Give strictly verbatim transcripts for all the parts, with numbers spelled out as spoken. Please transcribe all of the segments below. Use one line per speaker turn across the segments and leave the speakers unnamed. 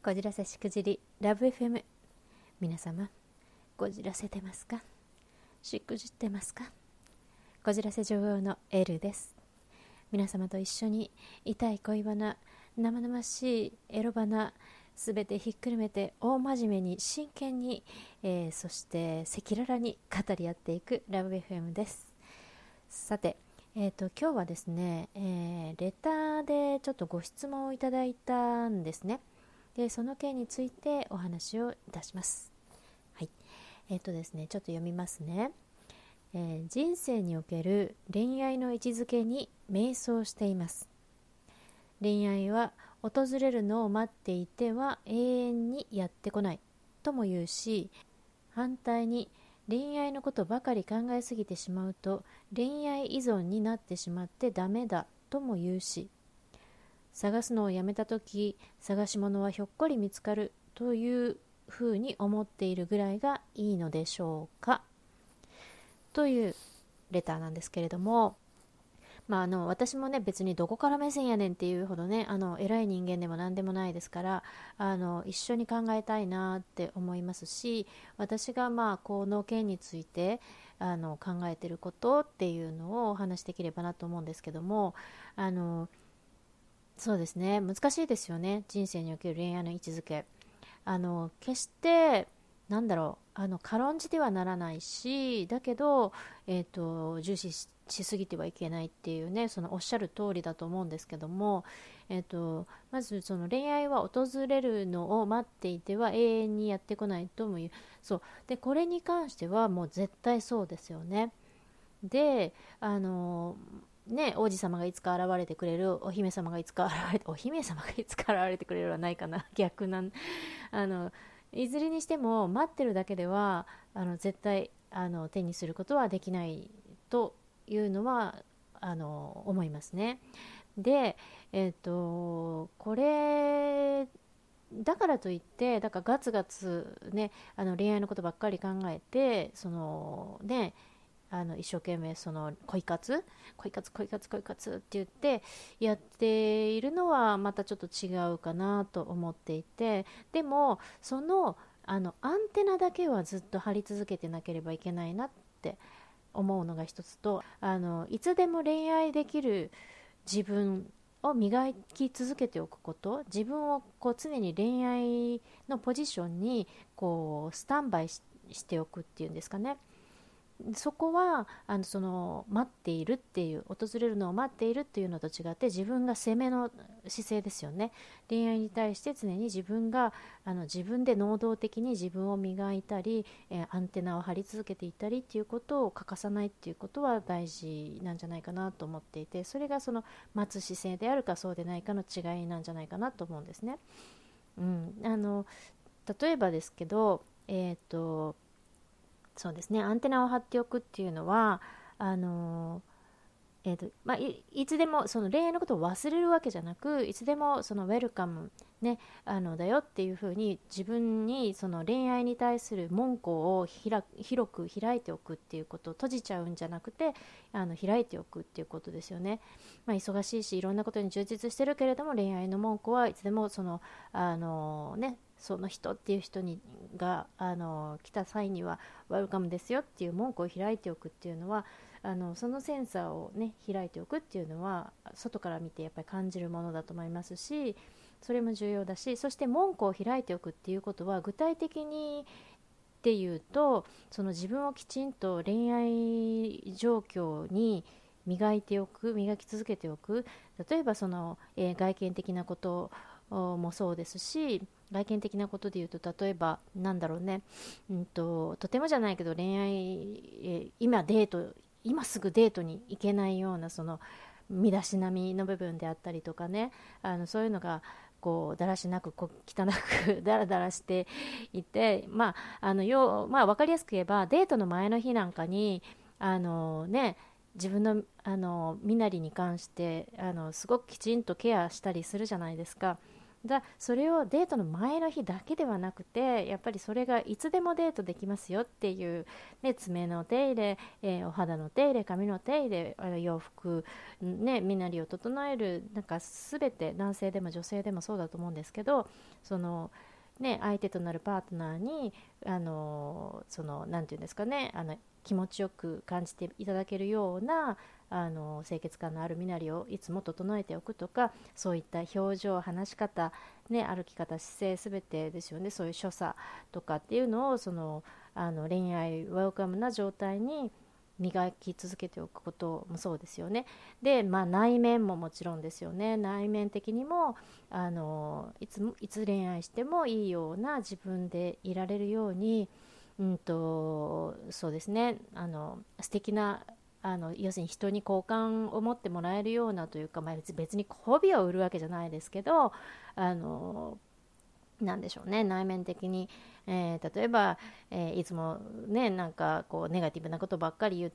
こじらせしくじりラブ エフエム、 皆様こじらせてますか？しくじってますか？こじらせ女王のエルです。皆様と一緒に痛い恋バナ、生々しいエロバナ、すべてひっくるめて大真面目に真剣に、えー、そして赤裸々に語り合っていくラブ エフエム です。さて、えーと、今日はですね、えー、レターでちょっとご質問をいただいたんですね。でその件についてお話をいたします。はい、えっ、ー、とですねちょっと読みますね。えー、人生における恋愛の位置づけに迷走しています。恋愛は訪れるのを待っていては永遠にやってこないとも言うし、反対に恋愛のことばかり考えすぎてしまうと恋愛依存になってしまってダメだとも言うし、探すのをやめたとき探し物はひょっこり見つかるというふうに思っているぐらいがいいのでしょうか、というレターなんですけれども、まあ、あの私もね別にどこから目線やねんっていうほどねあの偉い人間でも何でもないですから、あの一緒に考えたいなって思いますし、私がまあこの件についてあの考えていることっていうのをお話しできればなと思うんですけども、あのそうですね、難しいですよね、人生における恋愛の位置づけ。あの決してなんだろうあの軽んじてはならないし、だけど、えーと、重視 し, しすぎてはいけないっていうね、そのおっしゃる通りだと思うんですけども、えーと、まずその恋愛は訪れるのを待っていては永遠にやってこないとも言う。そうで、これに関してはもう絶対そうですよね。で、あのね、王子様がいつか現れてくれる、お姫様がいつか現れて、お姫様がいつか現れてくれるはないかな、逆なん、あの、いずれにしても待ってるだけでは、あの絶対あの手にすることはできないというのはあの思いますね。で、えっと、これだからといって、だからガツガツね、あの恋愛のことばっかり考えて、そのね、あの一生懸命その恋活恋活恋活恋活って言ってやっているのはまたちょっと違うかなと思っていて、でもそのあのアンテナだけはずっと張り続けてなければいけないなって思うのが一つと、あのいつでも恋愛できる自分を磨き続けておくこと、自分をこう常に恋愛のポジションにこうスタンバイ し, しておくっていうんですかね。そこはあのその待っているっていう、訪れるのを待っているっていうのと違って、自分が攻めの姿勢ですよね。恋愛に対して常に自分があの自分で能動的に自分を磨いたり、えーアンテナを張り続けていったりっていうことを欠かさないっていうことは大事なんじゃないかなと思っていて、それがその待つ姿勢であるかそうでないかの違いなんじゃないかなと思うんですね。うん、あの例えばですけど、えっとそうですね、アンテナを張っておくっていうのはあの、えーとまあ、い, いつでもその恋愛のことを忘れるわけじゃなく、いつでもそのウェルカム、ね、あのだよっていうふうに自分にその恋愛に対する門戸を開広く開いておくっていうこと、閉じちゃうんじゃなくてあの開いておくっていうことですよね。まあ、忙しいしいろんなことに充実してるけれども、恋愛の門戸はいつでもそのあのねその人っていう人にがあの来た際にはウェルカムですよっていう門戸を開いておくっていうのは、あのそのセンサーをね開いておくっていうのは外から見てやっぱり感じるものだと思いますし、それも重要だし、そして門戸を開いておくっていうことは具体的にっていうと、その自分をきちんと恋愛状況に磨いておく、磨き続けておく。例えばその、えー外見的なこともそうですし、外見的なことで言うと、例えばなんだろうね、うんと、とてもじゃないけど恋愛、えー今デート今すぐデートに行けないようなその身だしなみの部分であったりとかね、あのそういうのがこうだらしなくこう汚くだらだらしていて、まああの要まあ、分かりやすく言えばデートの前の日なんかにあの、ね、自分のあの身なりに関してあのすごくきちんとケアしたりするじゃないですか。 だそれをデートの前の日だけではなくて、やっぱりそれがいつでもデートできますよっていう、ね、爪の手入れ、えーお肌の手入れ、髪の手入れ、あの洋服、ね、身なりを整える、なんか全て男性でも女性でもそうだと思うんですけど、そのね、相手となるパートナーにあのそのなんていうんですかね、あの気持ちよく感じていただけるようなあの清潔感のある身なりをいつも整えておくとか、そういった表情、話し方、ね、歩き方、姿勢すべてですよね。そういう所作とかっていうのをそのあの恋愛ウェルカムな状態に磨き続けておくこともそうですよね。で、まあ、内面ももちろんですよね。内面的にもあのいつもいつ恋愛してもいいような自分でいられるように、うんとそうですね、あの素敵なあの要するに人に好感を持ってもらえるようなというか、まあ、別別に媚びを売るわけじゃないですけど、あのなんでしょうね、内面的に、えー例えば、えーいつもね、なんかこうネガティブなことばっかり言って、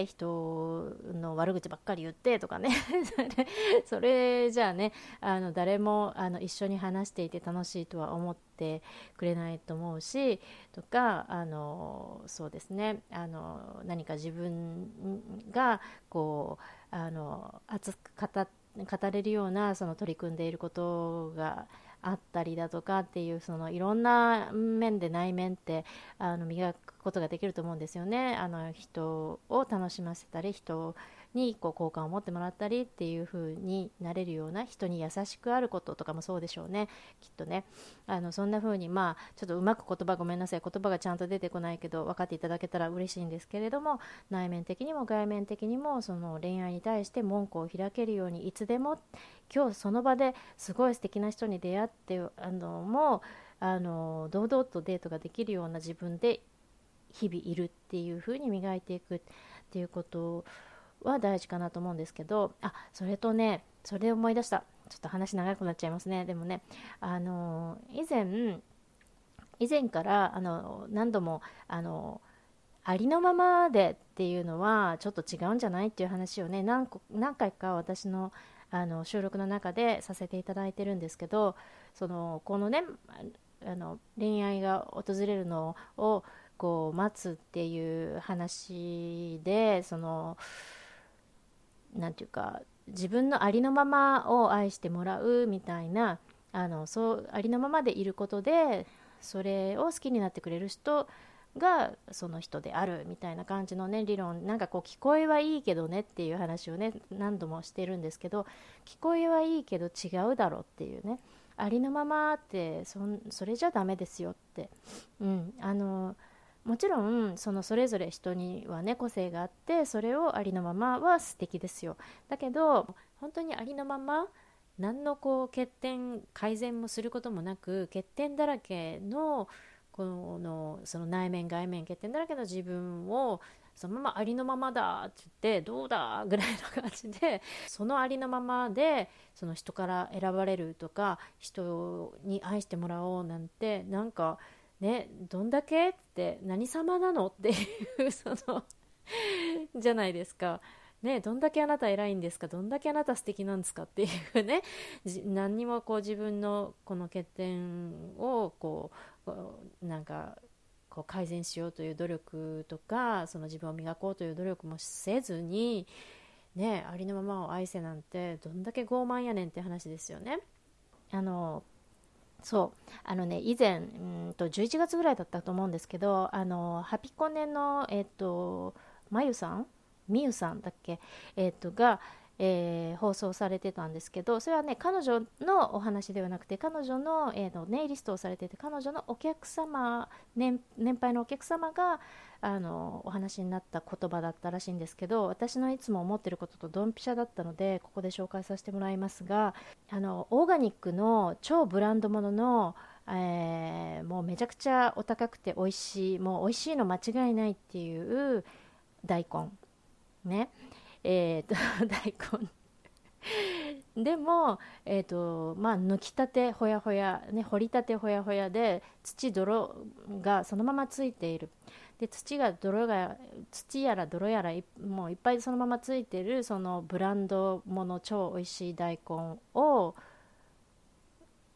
人の悪口ばっかり言ってとかねそれそれじゃあね、あの誰もあの一緒に話していて楽しいとは思ってくれないと思うし、とか、あのそうですね、あの何か自分がこうあの熱く語語れるようなその取り組んでいることがあったりだとかっていう、そのいろんな面で内面ってあの磨くことができると思うんですよね。あの人を楽しませたり、人にこう好感を持ってもらったりっていう風になれるような、人に優しくあることとかもそうでしょうね、きっとね。あのそんな風に、まあちょっとうまく言葉ごめんなさい、言葉がちゃんと出てこないけど分かっていただけたら嬉しいんですけれども、内面的にも外面的にもその恋愛に対して門戸を開けるように、いつでも今日その場ですごい素敵な人に出会ってあのもうあの堂々とデートができるような自分で日々いるっていう風に磨いていくっていうことは大事かなと思うんですけど、あ、それとね、それで思い出した。ちょっと話長くなっちゃいますね。でもね、あの以前以前からあの何度もあのありのままでっていうのはちょっと違うんじゃないっていう話をね、何個何回か私のあの収録の中でさせていただいてるんですけど、そのこのね、あの恋愛が訪れるのをこう待つっていう話で、そのなんていうか、自分のありのままを愛してもらうみたいな、あのそうありのままでいることでそれを好きになってくれる人がその人であるみたいな感じのね理論、なんかこう聞こえはいいけどねっていう話をね何度もしてるんですけど、聞こえはいいけど違うだろうっていうね、ありのままってそんそれじゃダメですよって、うん、あのもちろんそのそれぞれ人にはね個性があって、それをありのままは素敵ですよ。だけど本当にありのまま、何のこう欠点改善もすることもなく欠点だらけのこのその内面外面欠点だらけの自分をそのままありのままだって言ってどうだぐらいの感じで、そのありのままでその人から選ばれるとか人に愛してもらおうなんて、なんかね、どんだけって何様なのっていうそのじゃないですか。ね、どんだけあなた偉いんですか、どんだけあなた素敵なんですかっていうね、何にもこう自分のこの欠点をこうなんかこう改善しようという努力とか、その自分を磨こうという努力もせずに、ね、ありのままを愛せなんてどんだけ傲慢やねんって話ですよね。あのそうあのね以前うんとじゅういちがつぐらいだったと思うんですけど、あのハピコネのえっとまゆさんみゆさんだっけ、えっとが、えー放送されてたんですけど、それはね彼女のお話ではなくて、彼女の、えーとネイリストをされてて、彼女のお客様、年、年配のお客様があのお話になった言葉だったらしいんですけど、私のいつも思ってることとドンピシャだったのでここで紹介させてもらいますが、あのオーガニックの超ブランドものの、えーもうめちゃくちゃお高くて美味しい、もう美味しいの間違いないっていう大根ね、えーと大根でも、えーとまあ、抜きたてほやほや、ね、掘りたてほやほやで土泥がそのままついている。で土が泥が土やら泥やらいもういっぱいそのままついてる、そのブランドもの超美味しい大根を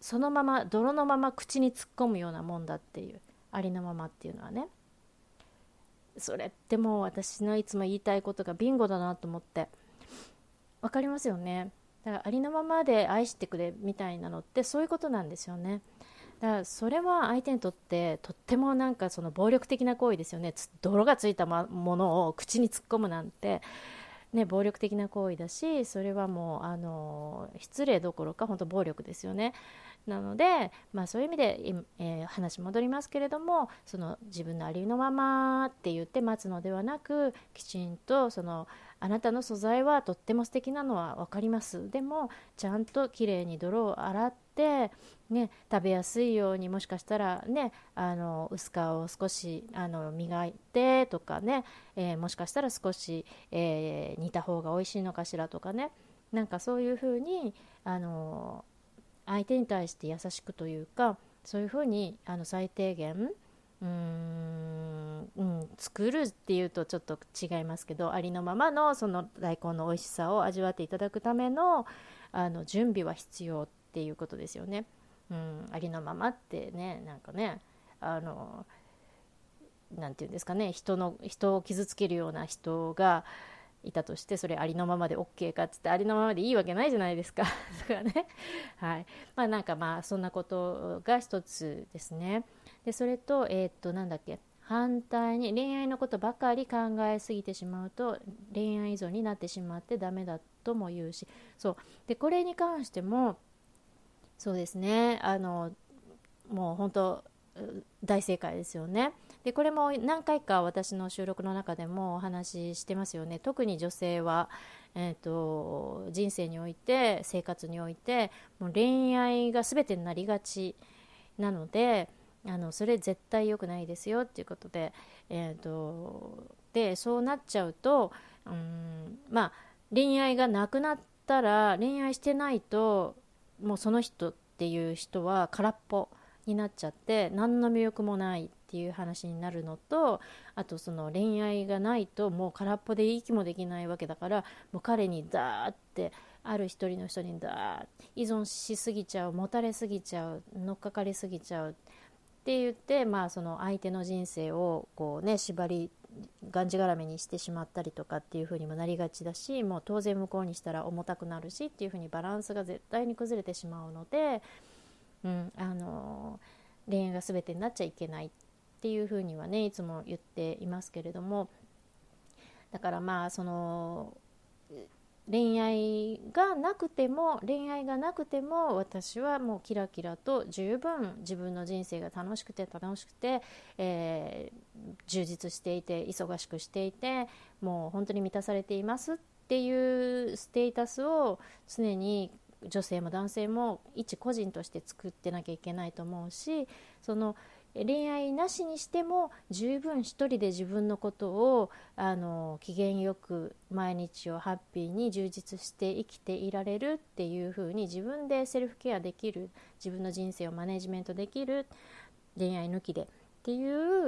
そのまま泥のまま口に突っ込むようなもんだっていう、ありのままっていうのはね。それってもう私のいつも言いたいことがビンゴだなと思って。わかりますよね。だからありのままで愛してくれみたいなのってそういうことなんですよね。だからそれは相手にとってとってもなんかその暴力的な行為ですよね。泥がついたものを口に突っ込むなんて、ね、暴力的な行為だし、それはもうあの失礼どころか本当暴力ですよね。なので、まあ、そういう意味で、えー話戻りますけれども、その自分のありのままって言って待つのではなく、きちんとそのあなたの素材はとっても素敵なのは分かります、でもちゃんときれいに泥を洗って、ね、食べやすいようにもしかしたら、ね、あの薄皮を少しあの磨いてとかね、えーもしかしたら少し、えー煮た方が美味しいのかしらとかね、なんかそういうふうにあの相手に対して優しくというか、そういうふうにあの最低限うーん、うん、作るっていうとちょっと違いますけど、ありのままのその大根の美味しさを味わっていただくための、あの準備は必要っていうことですよね。うん、ありのままってね、なんかね、あのなんていうんですかね、人の人を傷つけるような人がいたとして、それありのままで OK かっつって、ありのままでいいわけないじゃないですかだからね、はい、まあなんかまあそんなことが一つですね。でそれとえーっとなんだっけ、反対に恋愛のことばかり考えすぎてしまうと恋愛依存になってしまってダメだとも言うし、そうでこれに関してもそうですね、あのもう本当大正解ですよね。でこれも何回か私の収録の中でもお話ししてますよね。特に女性は、えーと、人生において生活においてもう恋愛が全てになりがちなので、あのそれ絶対良くないですよっていうことで、えーと、でそうなっちゃうと、うーんまあ恋愛がなくなったら、恋愛してないともうその人っていう人は空っぽになっちゃって何の魅力もないっていう話になるのと、あとその恋愛がないともう空っぽで息もできないわけだから、もう彼にダーってある一人の人にダーッ依存しすぎちゃう、もたれすぎちゃう、乗っかかりすぎちゃうって言って、まあ、その相手の人生をこう、ね、縛りがんじがらめにしてしまったりとかっていう風にもなりがちだし、もう当然向こうにしたら重たくなるしっていう風にバランスが絶対に崩れてしまうので、うん、あの恋愛が全てになっちゃいけないっていう風にはねいつも言っていますけれども、だからまあその恋愛がなくても恋愛がなくても私はもうキラキラと十分自分の人生が楽しくて楽しくて、えー、充実していて忙しくしていてもう本当に満たされていますっていうステータスを常に女性も男性も一個人として作ってなきゃいけないと思うし、その恋愛なしにしても十分一人で自分のことをあの機嫌よく毎日をハッピーに充実して生きていられるっていう風に自分でセルフケアできる、自分の人生をマネジメントできる、恋愛抜きでっていう、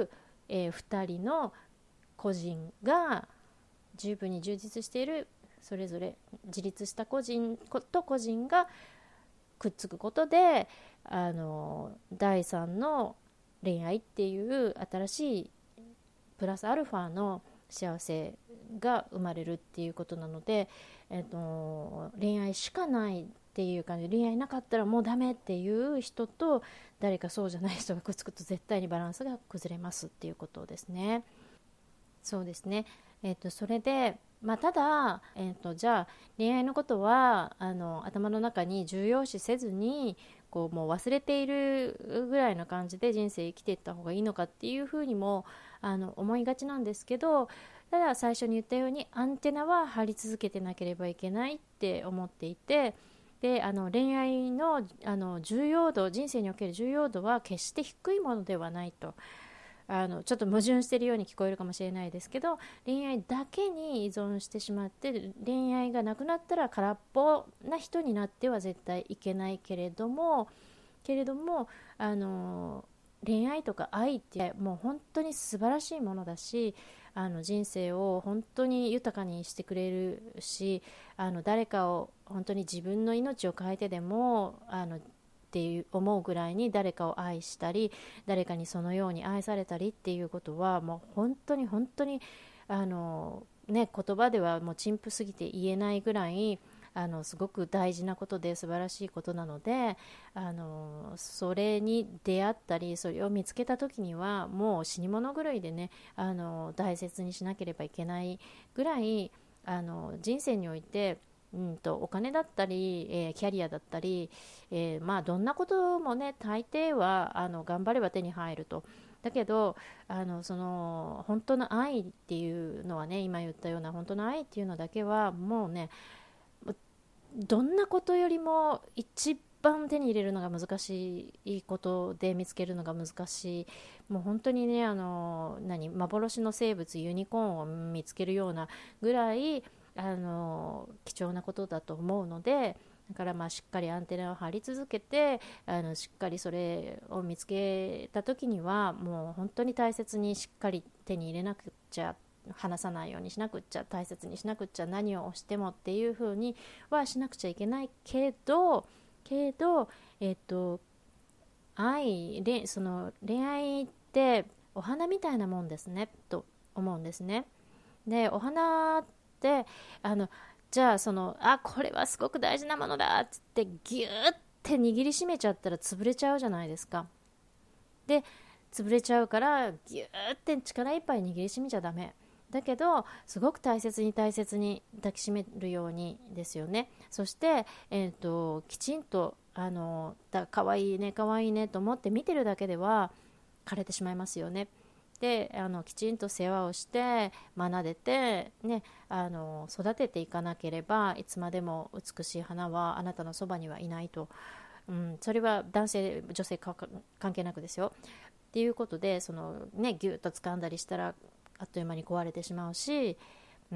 えー、ふたりの個人が十分に充実している、それぞれ自立した個人と個人がくっつくことで、あのだいさんの恋愛っていう新しいプラスアルファの幸せが生まれるっていうことなので、えっと、恋愛しかないっていう感じで、恋愛なかったらもうダメっていう人と誰かそうじゃない人がくっつくと絶対にバランスが崩れますっていうことですね。そうですね、えっと、それでまあ、ただ、えーと、じゃあ恋愛のことはあの頭の中に重要視せずにこうもう忘れているぐらいの感じで人生生きていった方がいいのかっていうふうにもあの思いがちなんですけど、ただ最初に言ったようにアンテナは張り続けてなければいけないって思っていて、であの恋愛 の, あの重要度、人生における重要度は決して低いものではないと。あのちょっと矛盾しているように聞こえるかもしれないですけど、恋愛だけに依存してしまって恋愛がなくなったら空っぽな人になっては絶対いけないけれどもけれどもあの恋愛とか愛ってもう本当に素晴らしいものだし、あの人生を本当に豊かにしてくれるし、あの誰かを本当に自分の命を変えてでもあのっっていう思うぐらいに誰かを愛したり、誰かにそのように愛されたりっていうことはもう本当に本当にあの、ね、言葉ではもう陳腐すぎて言えないぐらいあのすごく大事なことで素晴らしいことなので、あのそれに出会ったりそれを見つけた時にはもう死に物狂いでね、あの大切にしなければいけないぐらい、あの人生においてうんとお金だったり、えーキャリアだったり、えーまあ、どんなこともね大抵はあの頑張れば手に入ると。だけどあのその本当の愛っていうのはね、今言ったような本当の愛っていうのだけはもうね、どんなことよりも一番手に入れるのが難しいことで見つけるのが難しい、もう本当にね、あの何幻の生物ユニコーンを見つけるようなぐらいあの貴重なことだと思うので、だからまあしっかりアンテナを張り続けて、あのしっかりそれを見つけた時にはもう本当に大切にしっかり手に入れなくちゃ、離さないようにしなくっちゃ、大切にしなくっちゃ、何をしてもっていう風にはしなくちゃいけないけどけどえっと愛れその恋愛ってお花みたいなもんですねと思うんですね。でお花ってあのじゃあそのあこれはすごく大事なものだっつってギューって握りしめちゃったら潰れちゃうじゃないですか。で潰れちゃうからギューって力いっぱい握りしめちゃダメだけど、すごく大切に大切に抱きしめるようにですよね。そして、えーと、きちんとあのだかわいいねかわいいねと思って見てるだけでは枯れてしまいますよね。であのきちんと世話をして学でて、ね、あの育てていかなければいつまでも美しい花はあなたのそばにはいないと、うん、それは男性女性か関係なくですよっていうことで、その、ね、ギュッと掴んだりしたらあっという間に壊れてしまうし、うん、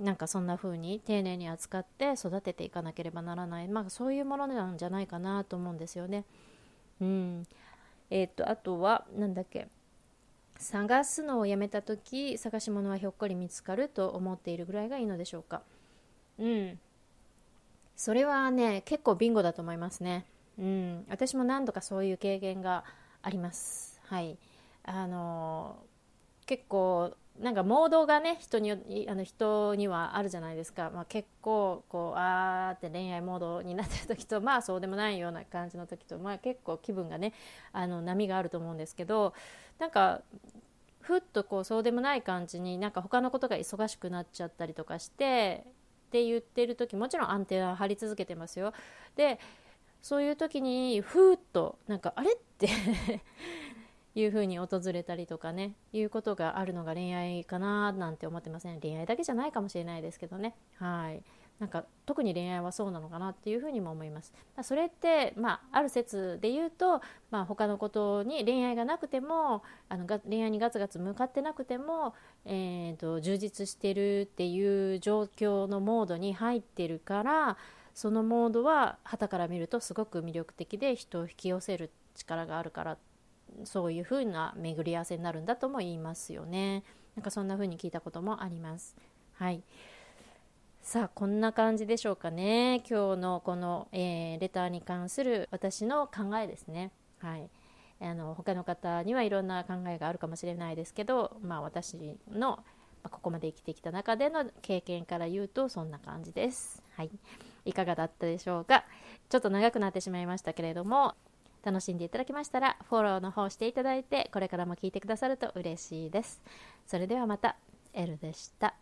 なんかそんな風に丁寧に扱って育てていかなければならない、まあ、そういうものなんじゃないかなと思うんですよね。うんえー、とあとはなんだっけ、探すのをやめたとき探し物はひょっこり見つかると思っているぐらいがいいのでしょうか。うんそれはね結構ビンゴだと思いますね。うん私も何度かそういう経験があります。はいあのー、結構なんかモードがね人にあの人にはあるじゃないですか。まあ、結構こうあーって恋愛モードになってる時と、まあそうでもないような感じの時と、まあ、結構気分がねあの波があると思うんですけど、なんかふっとこうそうでもない感じになんか他のことが忙しくなっちゃったりとかしてって言ってる時、もちろんアンテナ張り続けてますよ。でそういう時にふーっとなんかあれっていう風に訪れたりとかねいうことがあるのが恋愛かななんて思ってません。恋愛だけじゃないかもしれないですけどね。はいなんか特に恋愛はそうなのかなっていうふうにも思います。それって、まあ、ある説で言うと、まあ、他のことに恋愛がなくてもあの恋愛にガツガツ向かってなくても、えーと、充実してるっていう状況のモードに入ってるから、そのモードは傍から見るとすごく魅力的で人を引き寄せる力があるから、そういう風な巡り合わせになるんだとも言いますよね。なんかそんな風に聞いたこともあります。はいさあこんな感じでしょうかね。今日のこの、えー、レターに関する私の考えですね。はいあの他の方にはいろんな考えがあるかもしれないですけど、まあ、私の、まあ、ここまで生きてきた中での経験から言うとそんな感じです。はい、いかがだったでしょうか。ちょっと長くなってしまいましたけれども、楽しんでいただけましたらフォローの方していただいて、これからも聞いてくださると嬉しいです。それではまた。エルでした。